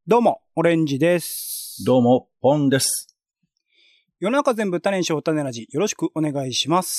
どうも、オレンジです。 どうも、ポンです。 世の中全部種にしよう種ラジ、よろしくお願いします。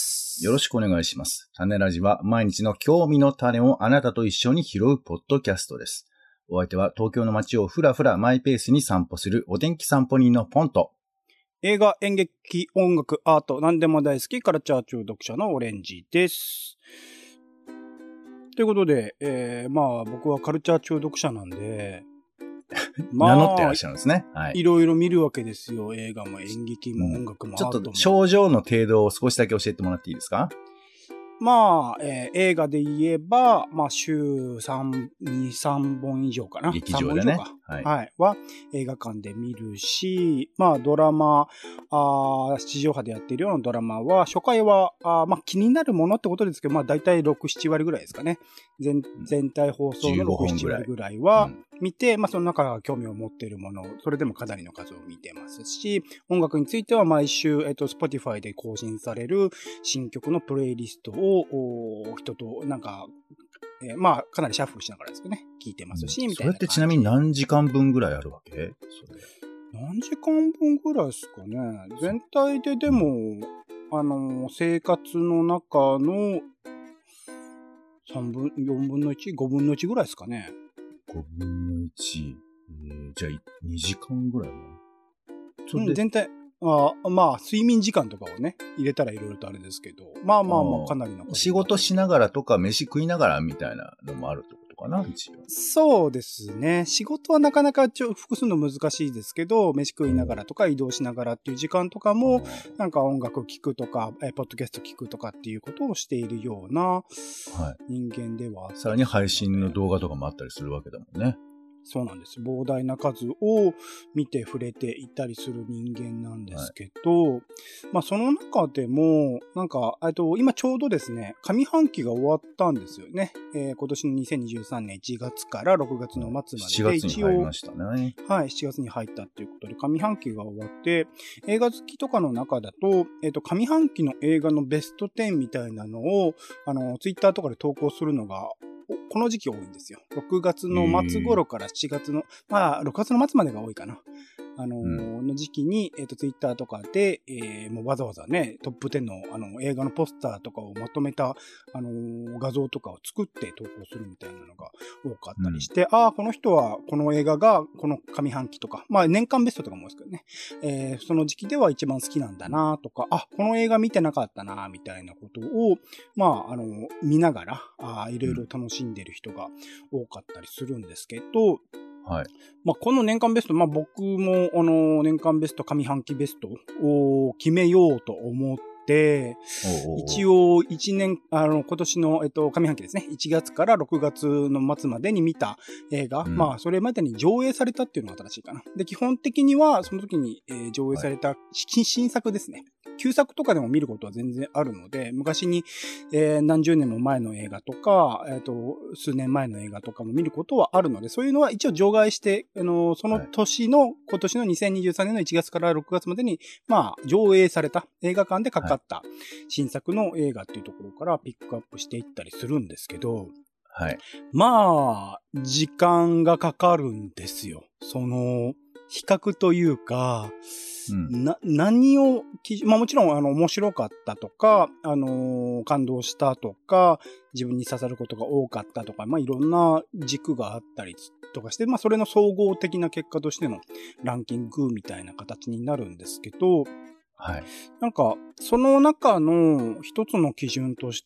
よろしくお願いします。種ラジは毎日の興味の種をあなたと一緒に拾うポッドキャストです。お相手は東京の街をふらふらマイペースに散歩するお天気散歩人のポンと、 映画、演劇、音楽、アート、何でも大好きカルチャー中毒者のオレンジです。ということで、僕はカルチャー中毒者なんで、 名乗ってらっしゃるんですね。はい。 いろいろ見るわけですよ。映画も演劇も音楽もアートも。 ちょっと症状の程度を少しだけ教えてもらっていいですか？ 映画で言えば、週3、2、3本以上かな。 劇場でね。 は映画館で見るし、ドラマ、地上波でやってるようなドラマは、初回は、気になるものってことですけど、だいたい6、7割ぐらいですかね。全体放送の6、7割ぐらいは見て、その中から興味を持っているもの、それでもかなりの数を見てますし、音楽については毎週、Spotify で更新される新曲のプレイリストを人とかなりシャッフルしながらですけどね、聞いてますし、みたいな。 それってちなみに何時間分ぐらいあるわけ？ 何時間分ぐらいですかね。全体ででも、生活の中の3分、4分の1、5分の1ぐらいですかね。 5分の1。じゃあ2時間ぐらいは全体、睡眠時間とかをね、入れたらいろいろとあれですけど、かなりの。 仕事しながらとか、飯食いながらみたいなのもあるってことかな、一応。 そうですね。仕事はなかなか複数の難しいですけど、飯食いながらとか移動しながらっていう時間とかも、なんか音楽聴くとか、ポッドキャスト聴くとかっていうことをしているような人間では、 さらに配信の動画とかもあったりするわけだもんね。 そうなんです。膨大な数を見て触れていたりする人間なんですけど、その中でも、今ちょうどですね、上半期が終わったんですよね。今年の2023年1月から6月の末までで、 7月に入りましたね。 はい、7月に入ったということで、上半期が終わって、映画好きとかの中だと、上半期の映画のベスト10みたいなのを、ツイッターとかで投稿するのが、この時期多いんですよ。6月の末頃から7月の、6月の末までが多いかな。の時期に、ツイッターとかで、もうわざわざね、トップ10の、映画のポスターとかをまとめた、画像とかを作って投稿するみたいなのが多かったりして、この人はこの映画がこの上半期とか、年間ベストとかも多いですけどね、その時期では一番好きなんだなとか、この映画見てなかったなみたいなことを、見ながら、いろいろ楽しんでる人が多かったりするんですけど、 はい。 この年間ベスト、僕も、年間ベスト、上半期ベストを決めようと思って、一応、今年の、上半期ですね、1月から6月の末までに見た映画、それまでに上映されたっていうのが正しいかな。で、基本的には、その時に、上映された新作ですね。旧作とかでも見ることは全然あるので、昔に、何十年も前の映画とか、数年前の映画とかも見ることはあるので、そういうのは一応除外して、その年の、今年の2023年の1月から6月までに、上映された映画館でかかった新作の映画っていうところからピックアップしていったりするんですけど、 はい。 時間がかかるんですよ。比較というか、何を、もちろん、面白かったとか、感動したとか、自分に刺さることが多かったとか、いろんな軸があったりとかして、それの総合的な結果としてのランキングみたいな形になるんですけど、 はい。 その中の一つの基準として、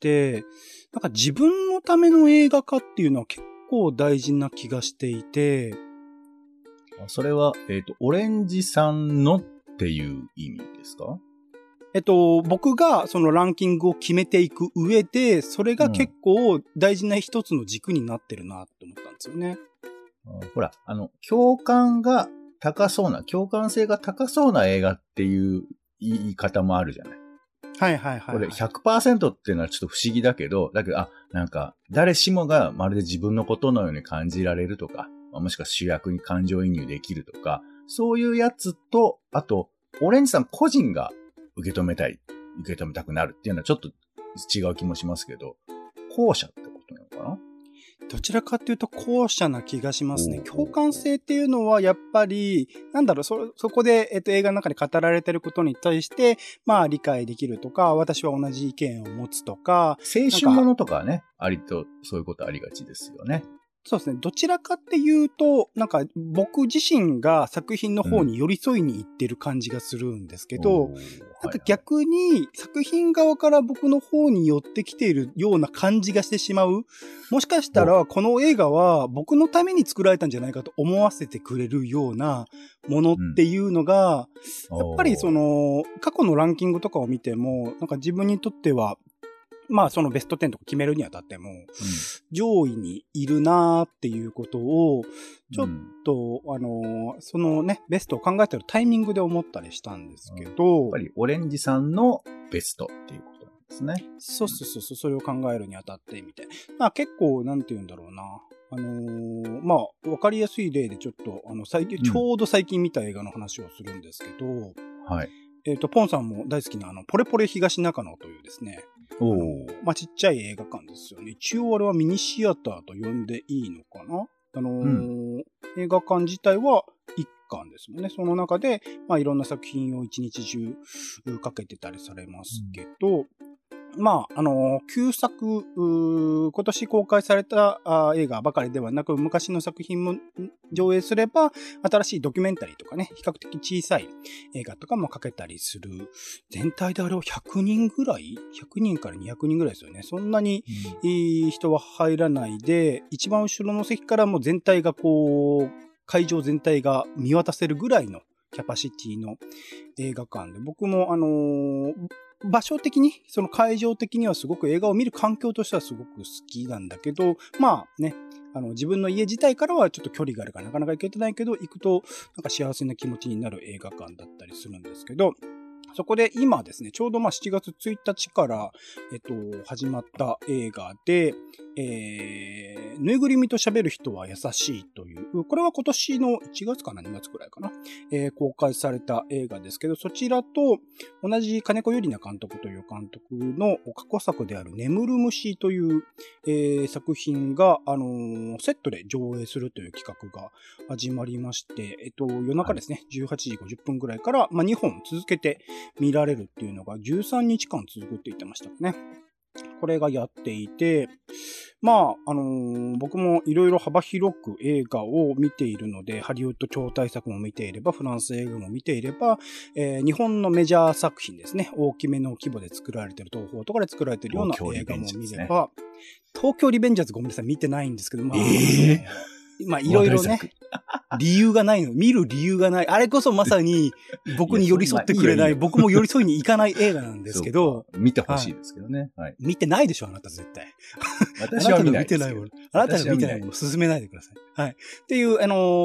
自分のための映画化っていうのは結構大事な気がしていて、 それは、オレンジさんのっていう意味ですか？ 僕がそのランキングを決めていく上で、それが結構大事な一つの軸になってるなって思ったんですよね。 ほら、共感性が高そうな映画っていう言い方もあるじゃない。 はいはいはい。 これ 100% っていうのはちょっと不思議だけど、誰しもがまるで自分のことのように感じられるとか、もしくは主役に感情移入できるとか、そういうやつと、あと、オレンジさん個人が受け止めたくなるっていうのはちょっと違う気もしますけど、後者ってことなのかな？ どちらかというと後者な気がしますね。共感性っていうのはやっぱり、なんだろう、そこで、映画の中で語られてることに対して、まあ理解できるとか、私は同じ意見を持つとか。 青春ものとかはね、ありと、そういうことありがちですよね。 そうですね。どちらかっていうと、なんか僕自身が作品の方に寄り添いに行ってる感じがするんですけど、なんか逆に作品側から僕の方に寄ってきているような感じがしてしまう。もしかしたらこの映画は僕のために作られたんじゃないかと思わせてくれるようなものっていうのが、やっぱりその過去のランキングとかを見ても、なんか自分にとっては、まあそのベスト10とか決めるにあたっても、上位にいるなーっていうことを、ちょっと、そのね、ベストを考えてるタイミングで思ったりしたんですけど、 やっぱりオレンジさんのベストっていうことなんですね。 そう、それを考えるにあたってみたいな。まあ結構、なんて言うんだろうな。まあ、わかりやすい例でちょっと、ちょうど最近見た映画の話をするんですけど、 はい。 ポンさんも大好きなポレポレ東中野というですね、まあ、ちっちゃい映画館ですよね。一応あれはミニシアターと呼んでいいのかな。映画館自体は一館ですもんね。その中で、まあ、いろんな作品を一日中かけてたりされますけど、まあ、旧作、今年公開された映画ばかりではなく、昔の作品も上映すれば、新しいドキュメンタリーとかね、比較的小さい映画とかもかけたりする。全体であれは100人ぐらい ?100 人から200人ぐらいですよね。そんなに人は入らないで、一番後ろの席からも全体がこう、会場全体が見渡せるぐらいのキャパシティの映画館で、僕も場所的に、その会場的にはすごく映画を見る環境としてはすごく好きなんだけど、まあね、自分の家自体からはちょっと距離があるからなかなか行けてないけど、行くとなんか幸せな気持ちになる映画館だったりするんですけど、そこで今ですね、ちょうど7月1日から、始まった映画で、ぬいぐるみと喋る人は優しいという、これは今年の1月かな、2月くらいかな、公開された映画ですけど、そちらと同じ金子ゆりな監督という監督の過去作である眠る虫という、作品が、セットで上映するという企画が始まりまして、夜中ですね、18時50分くらいから、まあ、2本続けて見られるっていうのが13日間続くって言ってましたね。これがやっていて、まあ、僕もいろいろ幅広く映画を見ているので、ハリウッド超大作も見ていれば、フランス映画も見ていれば、日本のメジャー作品ですね、大きめの規模で作られている、東宝とかで作られているような映画も見れば、東京リベンジャーズごめんなさい、見てないんですけど、まあ、まあ、いろいろね、理由がないの。見る理由がない。あれこそまさに僕に寄り添ってくれない、僕も寄り添いに行かない映画なんですけど。 見てほしいですけどね。はい。 見てないでしょ、あなた絶対。 私は見ないです。 あなたが見てないもの、進めないでください。はい。っていう、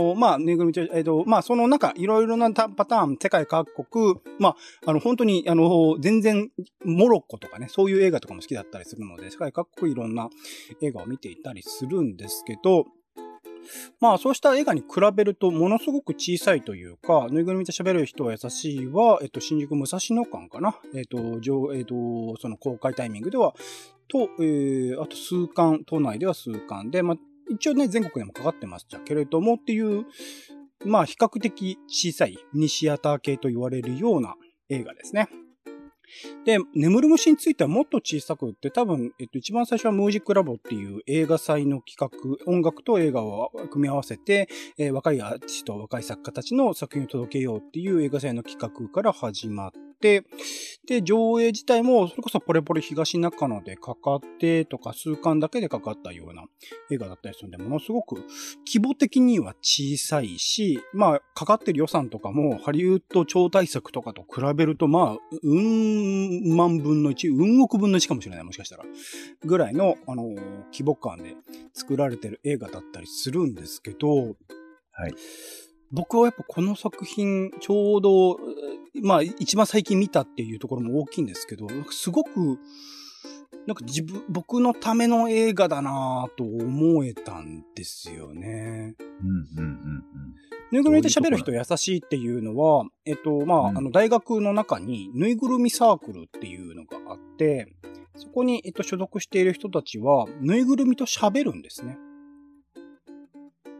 まあ、ぬいぐるみまあ、その中、いろいろなパターン、世界各国、まあ、本当に、全然、モロッコとかね、そういう映画とかも好きだったりするので、世界各国いろんな映画を見ていたりするんですけど、まあそうした映画に比べるとものすごく小さいというか、ぬいぐるみと喋る人は優しいは、新宿武蔵野館かな。その公開タイミングでは、あと数館、都内では数館で、まあ一応ね、全国でもかかってましたけれどもっていう、まあ比較的小さいミニシアター系と言われるような映画ですね。で、眠る虫についてはもっと小さくって、多分、一番最初はムージックラボっていう映画祭の企画、音楽と映画を組み合わせて、若いアーティスト、若い作家たちの作品を届けようっていう映画祭の企画から始まって、で、上映自体も、それこそポレポレ東中野でかかってとか、数巻だけでかかったような映画だったりするんで、ものすごく規模的には小さいし、まあ、かかってる予算とかも、ハリウッド超大作とかと比べると、まあ、万分の1、億分の1かもしれない、もしかしたら。ぐらいの、規模感で作られてる映画だったりするんですけど、 はい。 僕はやっぱこの作品、ちょうど、まあ一番最近見たっていうところも大きいんですけど、すごく、なんか僕のための映画だなぁと思えたんですよね。ぬいぐるみで喋る人優しいっていうのは、まあ、大学の中にぬいぐるみサークルっていうのがあって、そこに、所属している人たちは、ぬいぐるみと喋るんですね。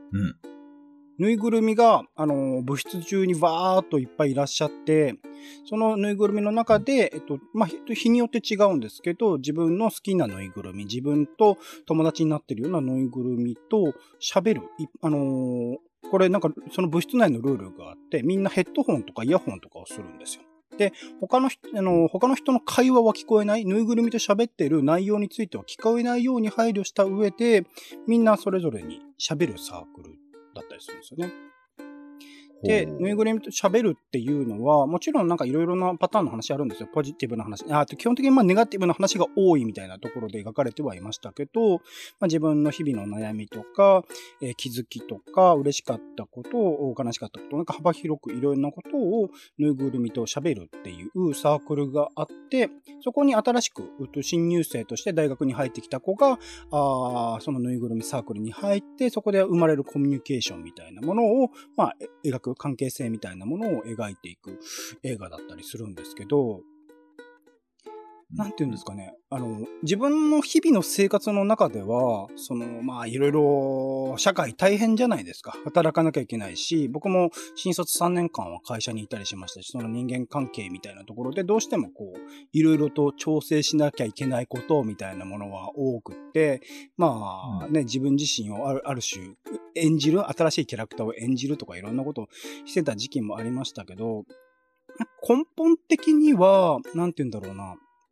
うん。 ぬいぐるみが、部室中にわーっといっぱいいらっしゃって、そのぬいぐるみの中で、日によって違うんですけど、自分の好きなぬいぐるみ、自分と友達になってるようなぬいぐるみと喋る。これなんか、その部室内のルールがあって、みんなヘッドホンとかイヤホンとかをするんですよ。で、他の人の会話は聞こえない、ぬいぐるみと喋ってる内容については聞こえないように配慮した上で、みんなそれぞれに喋るサークルだったりするんですよね。で、ぬいぐるみと喋るっていうのは、もちろんなんかいろいろなパターンの話あるんですよ。ポジティブな話。基本的にネガティブな話が多いみたいなところで描かれてはいましたけど、自分の日々の悩みとか、気づきとか、嬉しかったこと、悲しかったこと、なんか幅広くいろんなことをぬいぐるみと喋るっていうサークルがあって、そこに新しく新入生として大学に入ってきた子が、そのぬいぐるみサークルに入って、そこで生まれるコミュニケーションみたいなものを、描く関係性みたいなものを描いていく映画だったりするんですけど、なんて言うんですかね。自分の日々の生活の中では、いろいろ社会大変じゃないですか。働かなきゃいけないし、僕も新卒3年間は会社にいたりしましたし、その人間関係みたいなところでどうしてもいろいろと調整しなきゃいけないことみたいなものは多くって、自分自身をある種演じる、新しいキャラクターを演じるとかいろんなことをしてた時期もありましたけど、根本的には、なんて言うんだろうな。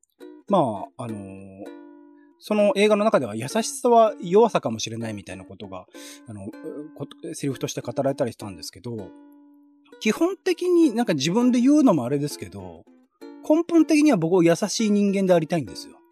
その映画の中では優しさは弱さかもしれないみたいなことが、セリフとして語られたりしたんですけど、基本的になんか自分で言うのもあれですけど、根本的には僕は優しい人間でありたいんですよ。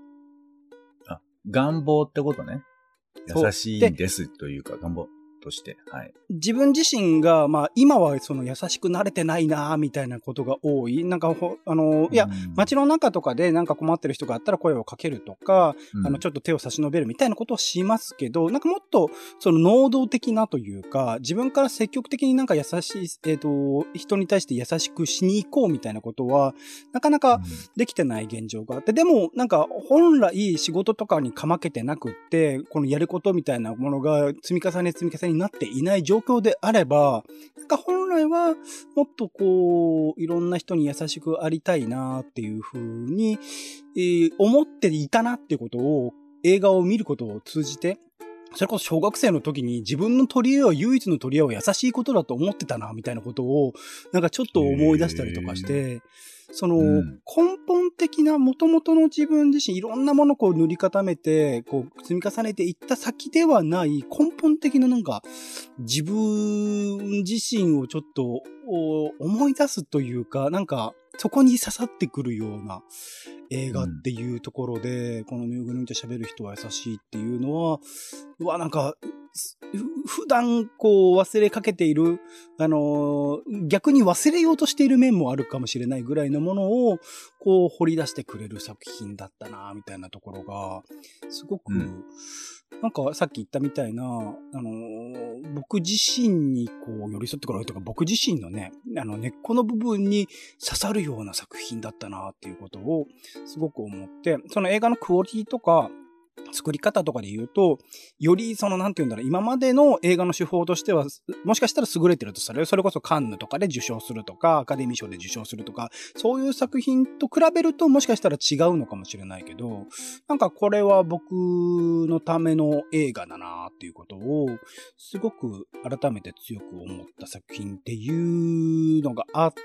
願望ってことね。優しいんですというか、願望として。はい。 自分自身が、今はその優しくなれてないなみたいなことが多い。なんか街の中とかでなんか困ってる人があったら声をかけるとか、ちょっと手を差し伸べるみたいなことをしますけど、なんかもっとその能動的なというか、自分から積極的になんか優しい、人に対して優しくしに行こうみたいなことは、なかなかできてない現状があって、でもなんか本来仕事とかにかまけてなくって、このやることみたいなものが積み重ねになっていない状況であれば、なんか本来はもっといろんな人に優しくありたいなっていうふうに、思っていたなっていうことを映画を見ることを通じて、それこそ小学生の時に自分の取り柄は唯一の取り柄は優しいことだと思ってたなみたいなことをなんかちょっと思い出したりとかして、根本的な元々の自分自身いろんなものを塗り固めて積み重ねていった先ではない根本的ななんか自分自身をちょっと思い出すというか、なんかそこに刺さってくるような映画っていうところで、このぬいぐるみと喋る人は優しいっていうのは、なんか普段忘れかけている、逆に忘れようとしている面もあるかもしれないぐらいのものを掘り出してくれる作品だったなみたいなところがすごく、なんかさっき言ったみたいな僕自身に寄り添ってくれるとか、僕自身のね根っこの部分に刺さるような作品だったなっていうことをすごく思って、その映画のクオリティとか作り方とかで言うと、よりなんて言うんだろう、今までの映画の手法としては、もしかしたら優れてるとされる、それこそカンヌとかで受賞するとか、アカデミー賞で受賞するとか、そういう作品と比べるともしかしたら違うのかもしれないけど、なんかこれは僕のための映画だなっていうことを、すごく改めて強く思った作品っていうのがあって、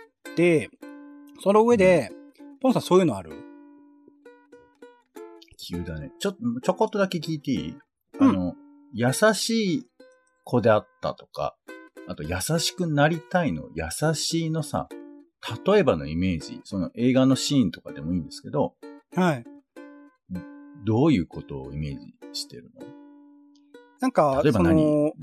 その上で、ポンさんそういうのある？ 急だね。ちょこっとだけ聞いていい？優しい子であったとか、あと優しくなりたいの、優しいのさ、例えばのイメージ、その映画のシーンとかでもいいんですけど、 はい。 どういうことをイメージしてるの？ なんか、 例えば何？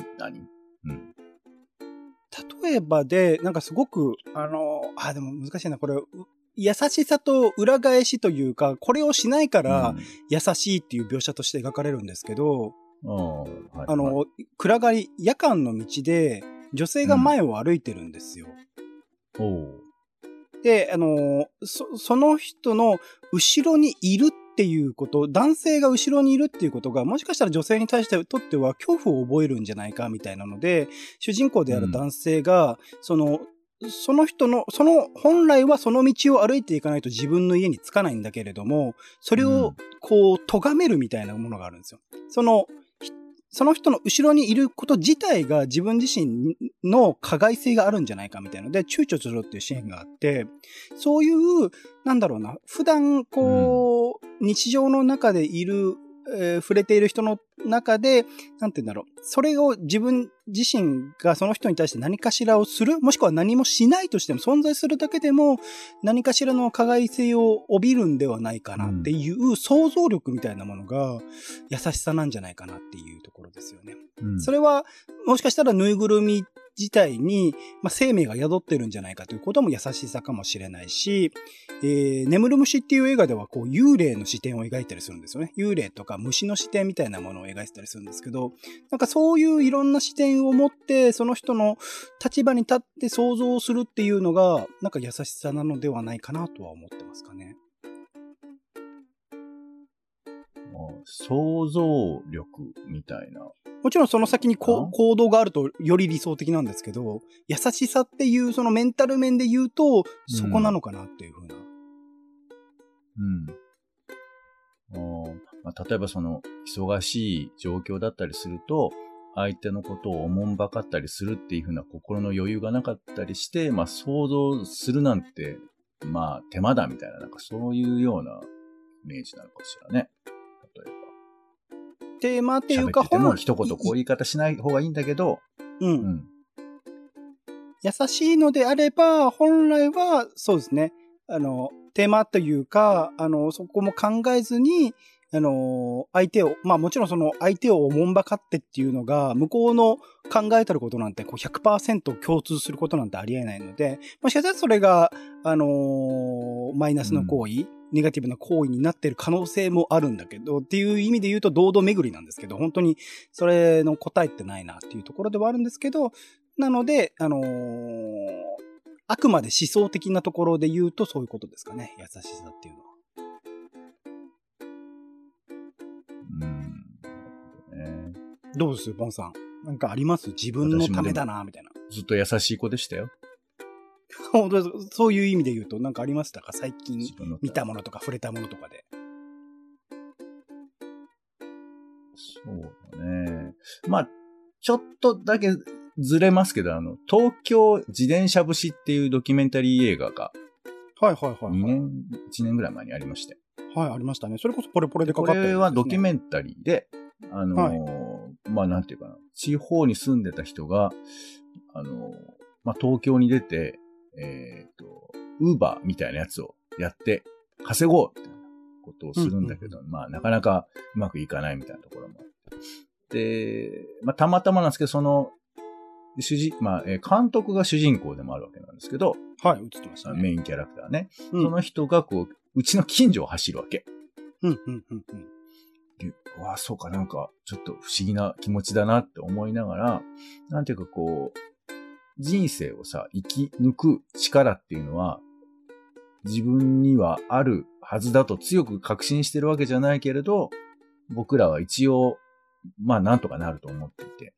例えばで、なんかすごく、でも難しいな、これ、優しさと裏返しというか、これをしないから優しいっていう描写として描かれるんですけど、暗がり、夜間の道で女性が前を歩いてるんですよ。で、その人の後ろにいるっっていうこと、男性が後ろにいるっていうことが、もしかしたら女性に対してとっては恐怖を覚えるんじゃないかみたいなので、主人公である男性が、その人の、本来はその道を歩いていかないと自分の家に着かないんだけれども、それをこう、咎めるみたいなものがあるんですよ。その人の後ろにいること自体が自分自身の加害性があるんじゃないかみたいなので、躊躇するっていうシーンがあって、そういう、なんだろうな、普段こう、日常の中でいる、触れている人の中で、なんて言うんだろう、それを自分自身がその人に対して何かしらをする、もしくは何もしないとしても存在するだけでも何かしらの加害性を帯びるんではないかなっていう想像力みたいなものが優しさなんじゃないかなっていうところですよね。それはもしかしたらぬいぐるみ自体に、生命が宿ってるんじゃないかということも優しさかもしれないし、眠る虫っていう映画ではこう幽霊の視点を描いたりするんですよね。幽霊とか虫の視点みたいなものを描いてたりするんですけど、なんかそういういろんな視点を持ってその人の立場に立って想像するっていうのがなんか優しさなのではないかなとは思ってますかね。 想像力みたいな。 もちろんその先に行動があるとより理想的なんですけど、優しさっていうそのメンタル面で言うと、そこなのかなっていうふうな。 例えばその忙しい状況だったりすると、相手のことをおもんばかったりするっていうふうな心の余裕がなかったりして、想像するなんて、手間だみたいな、なんかそういうようなイメージなのかしらね。例えば。 テーマっていうか、 喋ってても一言こういう言い方しない方がいいんだけど、 優しいのであれば、本来は、そうですね。テーマというか、そこも考えずに、相手を、もちろんその相手をおもんばかってっていうのが、向こうの考えてることなんて、100% 共通することなんてありえないので、もしかしたらそれが、マイナスの行為、ネガティブな行為になっている可能性もあるんだけど、っていう意味で言うと堂々巡りなんですけど、本当にそれの答えってないなっていうところではあるんですけど、なので、あくまで思想的なところで言うとそういうことですかね。優しさっていうのは。どうですボンさん。なんかあります自分のためだな、みたいな。 ずっと優しい子でしたよ。 本当です。そういう意味で言うと、なんかありましたか最近見たものとか触れたものとかで。 そうだね。ちょっとだけずれますけど、東京自転車節っていうドキュメンタリー映画が、2年、1年ぐらい前にありまして。 はい、ありましたね。それこそポレポレでかかったやつですね。 これはドキュメンタリーで、なんていうかな、地方に住んでた人が、東京に出て、ウーバーみたいなやつをやって稼ごうみたいなことをするんだけど、なかなかうまくいかないみたいなところもあって。で、たまたまなんですけど、その、監督が主人公でもあるわけなんですけど、 はい、映ってましたね。 メインキャラクターね。その人がうちの近所を走るわけ。で、そうか、なんか、ちょっと不思議な気持ちだなって思いながら、なんていうか人生をさ、生き抜く力っていうのは、自分にはあるはずだと強く確信してるわけじゃないけれど、僕らは一応、なんとかなると思っていて。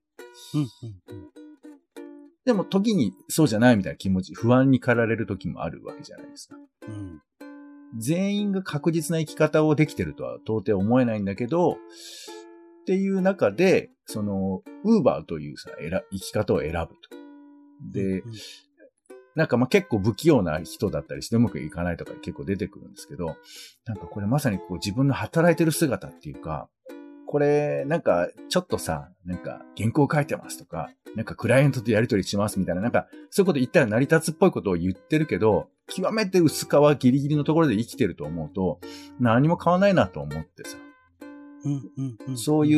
でも時にそうじゃないみたいな気持ち、不安に駆られる時もあるわけじゃないですか。全員が確実な生き方をできてるとは到底思えないんだけど、っていう中で、ウーバーというさ、生き方を選ぶと。で、なんか結構不器用な人だったりしてうまくいかないとか結構出てくるんですけど、なんかこれまさに自分の働いてる姿っていうか、これなんかちょっとさ、なんか原稿書いてますとか、なんかクライアントとやり取りしますみたいな、なんかそういうこと言ったら成り立つっぽいことを言ってるけど、極めて薄皮ギリギリのところで生きてると思うと、何も変わんないなと思ってさ。そういう、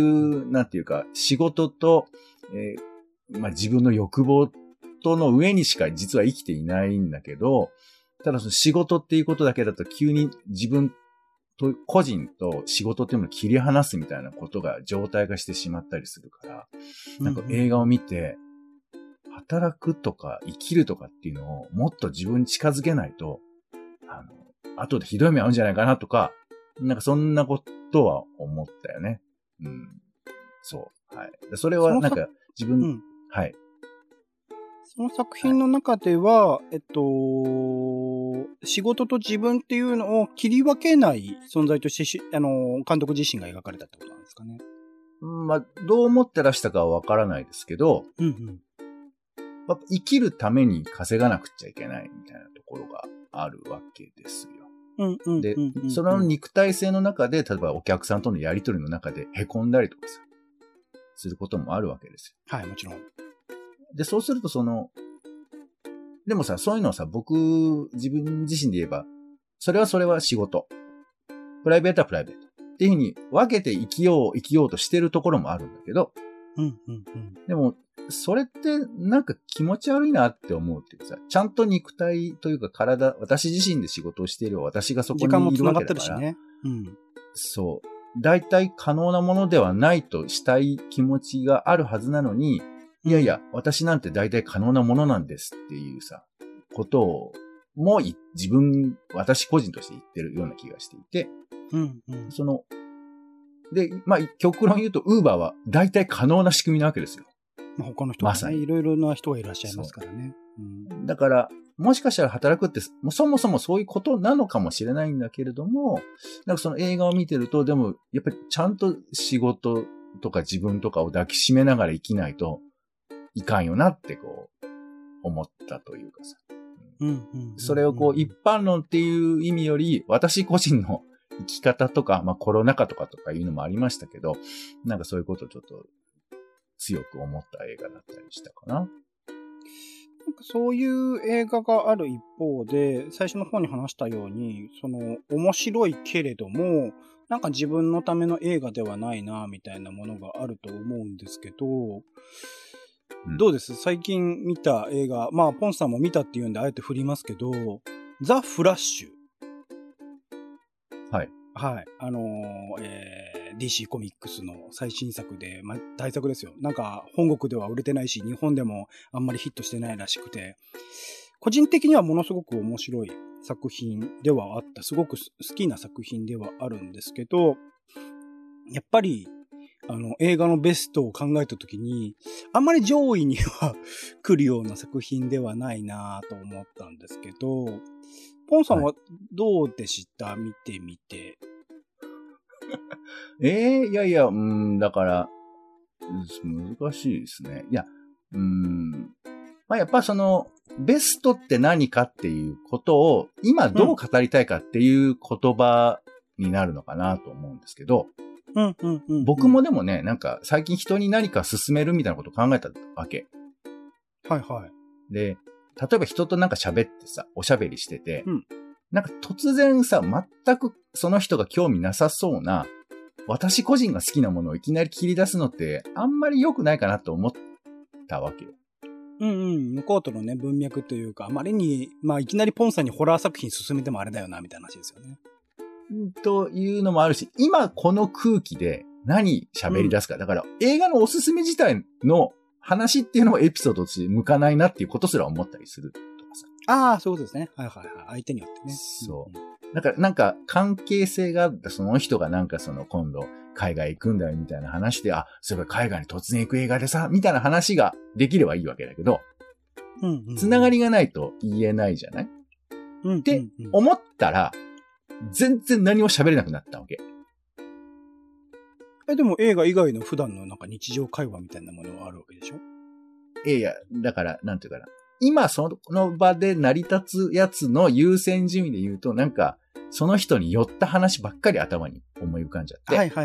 なんていうか、仕事と、自分の欲望との上にしか実は生きていないんだけど、ただその仕事っていうことだけだと急に自分と個人と仕事っていうのを切り離すみたいなことが常態化してしまったりするから、なんか映画を見て、働くとか生きるとかっていうのをもっと自分に近づけないと、後でひどい目合うんじゃないかなとかなんかそんなことは思ったよね。うん。そう。はい。それはなんか自分、はい。 その作品の中では、仕事と自分っていうのを切り分けない存在として監督自身が描かれたってことなんですかね。 まあ、どう思ってらしたかはわからないですけど、生きるために稼がなくちゃいけないみたいなところがあるわけですよ。で、その肉体性の中で、例えばお客さんとのやりとりの中で凹んだりとかさ、することもあるわけですよ。はい、もちろん。 で、そうするとでもさ、そういうのをさ、自分自身で言えば、それは仕事。プライベートはプライベート。っていうふうに分けて生きようとしてるところもあるんだけど、でも、それってなんか気持ち悪いなって思うっていうかさ、ちゃんと肉体というか私自身で仕事をしている私がそこにいるわけだから。時間も繋がってるしね。そう。大体可能なものではないとしたい気持ちがあるはずなのに、いやいや、私なんて大体可能なものなんですっていうさ、ことを、私個人として言ってるような気がしていて、で、まあ、極論言うと、ウーバーは大体可能な仕組みなわけですよ。 他の人がね、まさにいろいろな人がいらっしゃいますからね。 だから、もしかしたら働くって、そもそもそういうことなのかもしれないんだけれども、なんかその映画を見てると、でも、やっぱりちゃんと仕事とか自分とかを抱きしめながら生きないといかんよなって思ったというかさ。それを一般論っていう意味より、私個人の生き方とか、まあコロナ禍とかいうのもありましたけど、なんかそういうことをちょっと強く思った映画だったりしたかな。 なんかそういう映画がある一方で、最初の方に話したように、面白いけれども、なんか自分のための映画ではないな、みたいなものがあると思うんですけど、どうです？最近見た映画、まあ、ポンさんも見たっていうんで、あえて振りますけど、ザ・フラッシュ。 はい。 はい。DC コミックスの最新作で、まあ、大作ですよ。なんか、本国では売れてないし、日本でもあんまりヒットしてないらしくて、個人的にはものすごく面白い作品ではあった。すごく好きな作品ではあるんですけど、やっぱり、映画のベストを考えたときに、あんまり上位には来るような作品ではないなと思ったんですけど、ポンさんはどうでした？見てみて。 いやいや、だから、難しいですね。いや、まあ、やっぱベストって何かっていうことを、今どう語りたいかっていう言葉になるのかなと思うんですけど、僕もでもね、なんか最近人に何か勧めるみたいなことを考えたわけ。 はいはい。 で、例えば人となんか喋ってさ、おしゃべりしてて、なんか突然さ、全くその人が興味なさそうな、私個人が好きなものをいきなり切り出すのって、あんまり良くないかなと思ったわけよ。 向こうとのね、文脈というか、あまりに、まあいきなりポンさんにホラー作品進めてもあれだよな、みたいな話ですよね。 というのもあるし、今この空気で何喋り出すか。だから映画のおすすめ自体の話っていうのをエピソードとして向かないなっていうことすら思ったりするとかさ。 ああ、そうですね。はいはいはい。相手によってね。 そう。だからなんか関係性があったその人がなんか今度海外行くんだよみたいな話で、そういえば海外に突然行く映画でさ、みたいな話ができればいいわけだけど、つながりがないと言えないじゃない？って思ったら、全然何も喋れなくなったわけ。 でも映画以外の普段のなんか日常会話みたいなものはあるわけでしょ？ いや、だから、なんていうかな。今その場で成り立つやつの優先順位で言うと、なんか、その人に寄った話ばっかり頭に思い浮かんじゃって。 はい。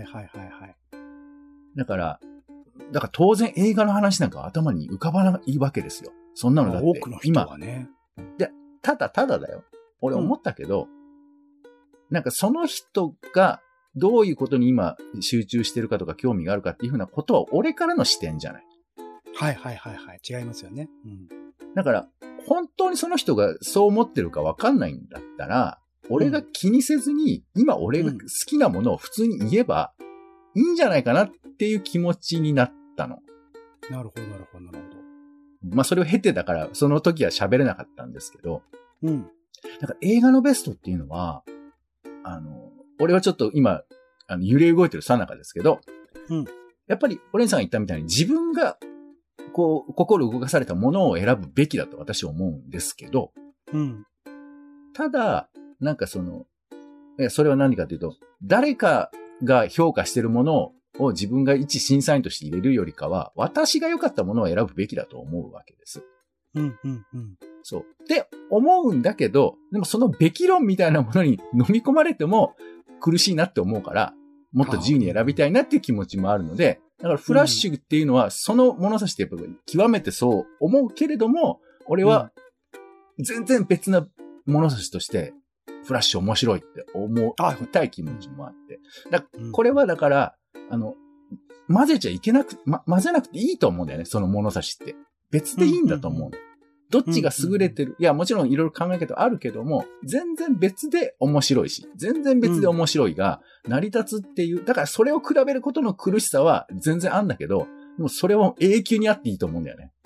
だから当然映画の話なんか頭に浮かばないわけですよ。そんなのだって。 多くの人はね。 で、ただだよ。俺思ったけど、なんかその人がどういうことに今集中してるかとか興味があるかっていうふうなことは俺からの視点じゃない。 はい。違いますよね。 だから、本当にその人がそう思ってるかわかんないんだったら、俺が気にせずに、今俺が好きなものを普通に言えばいいんじゃないかなっていう気持ちになったの。 なるほど。 まあそれを経てだから、その時は喋れなかったんですけど、だから映画のベストっていうのは、 俺はちょっと今、揺れ動いてる最中ですけど、 うん。 やっぱり、オレンさんが言ったみたいに自分が、こう、心動かされたものを選ぶべきだと私は思うんですけど、 うん。 ただ、なんかそれは何かというと、誰かが評価しているものを自分が一審査員として入れるよりかは、私が良かったものを選ぶべきだと思うわけです。 うん、うん、うん。 そう。って思うんだけど、でもそのべき論みたいなものに飲み込まれても苦しいなって思うから、もっと自由に選びたいなっていう気持ちもあるので、だからフラッシュっていうのは、その物差しってやっぱり極めてそう思うけれども、俺は全然別な物差しとして、フラッシュ面白いって思いたい気持ちもあって。これはだから、混ぜちゃいけなく、混ぜなくていいと思うんだよね、その物差しって。別でいいんだと思う。どっちが優れてる、いや、もちろんいろいろ考え方あるけども、全然別で面白いし、全然別で面白いが、成り立つっていう、だからそれを比べることの苦しさは全然あんだけど、でもそれは永久にあっていいと思うんだよね。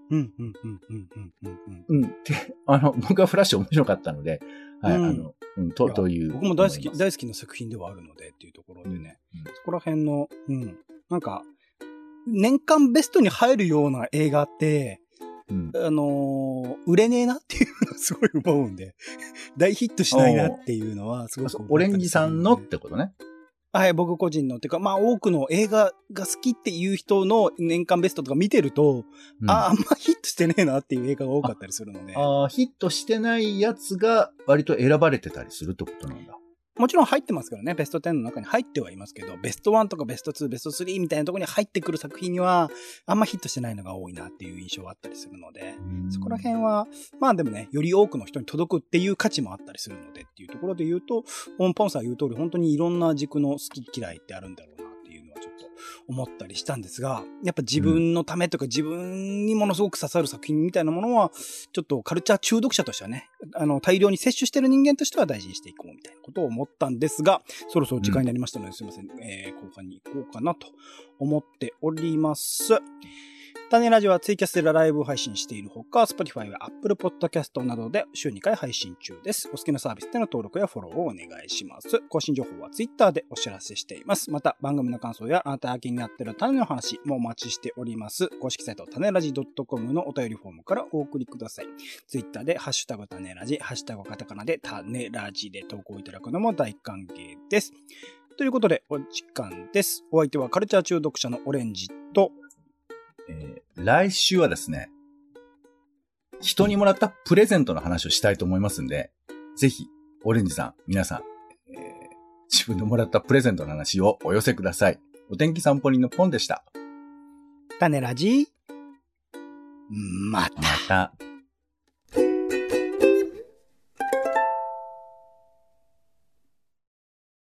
って僕はフラッシュ面白かったので、はい、という。 僕も大好きな作品ではあるのでっていうところでね、そこら辺の、なんか、年間ベストに入るような映画って、売れねえなっていうのはすごい思うんで、大ヒットしないなっていうのはすごく。 オレンジさんのってことね。 はい、僕個人の。てか、多くの映画が好きっていう人の年間ベストとか見てると、あんまヒットしてねえなっていう映画が多かったりするので。 ヒットしてないやつが割と選ばれてたりするってことなんだ。 もちろん入ってますからね、ベスト10の中に入ってはいますけど、ベスト1とかベスト2、ベスト3みたいなところに入ってくる作品には、あんまヒットしてないのが多いなっていう印象があったりするので、そこら辺は、でもね、より多くの人に届くっていう価値もあったりするのでっていうところで言うと、ポンさん言う通り、本当にいろんな軸の好き嫌いってあるんだろうなっていうのはちょっと思ったりしたんですが、やっぱ自分のためとか自分にものすごく刺さる作品みたいなものは、ちょっとカルチャー中毒者としてはね、大量に摂取してる人間としては大事にしていこうみたいなことを思ったんですが、そろそろ時間になりましたので、すいません、後半に行こうかなと思っております。種ラジオはツイキャスでライブ配信しているほか、Spotify や Apple Podcast などで週2回配信中です。お好きなサービスでの登録やフォローをお願いします。更新情報は Twitter でお知らせしています。また、番組の感想やあなたが気になっている種の話もお待ちしております。公式サイト種ラジ .com のお便りフォームからお送りください。Twitter でハッシュタグ種ラジ、ハッシュタグカタカナで種ラジで投稿いただくのも大歓迎です。ということで、お時間です。お相手はカルチャー中毒者のオレンジと、 来週はですね、人にもらったプレゼントの話をしたいと思いますんで、ぜひ、オレンジさん、皆さん、自分のもらったプレゼントの話をお寄せください。お天気散歩人のポンでした。 種ラジ、また。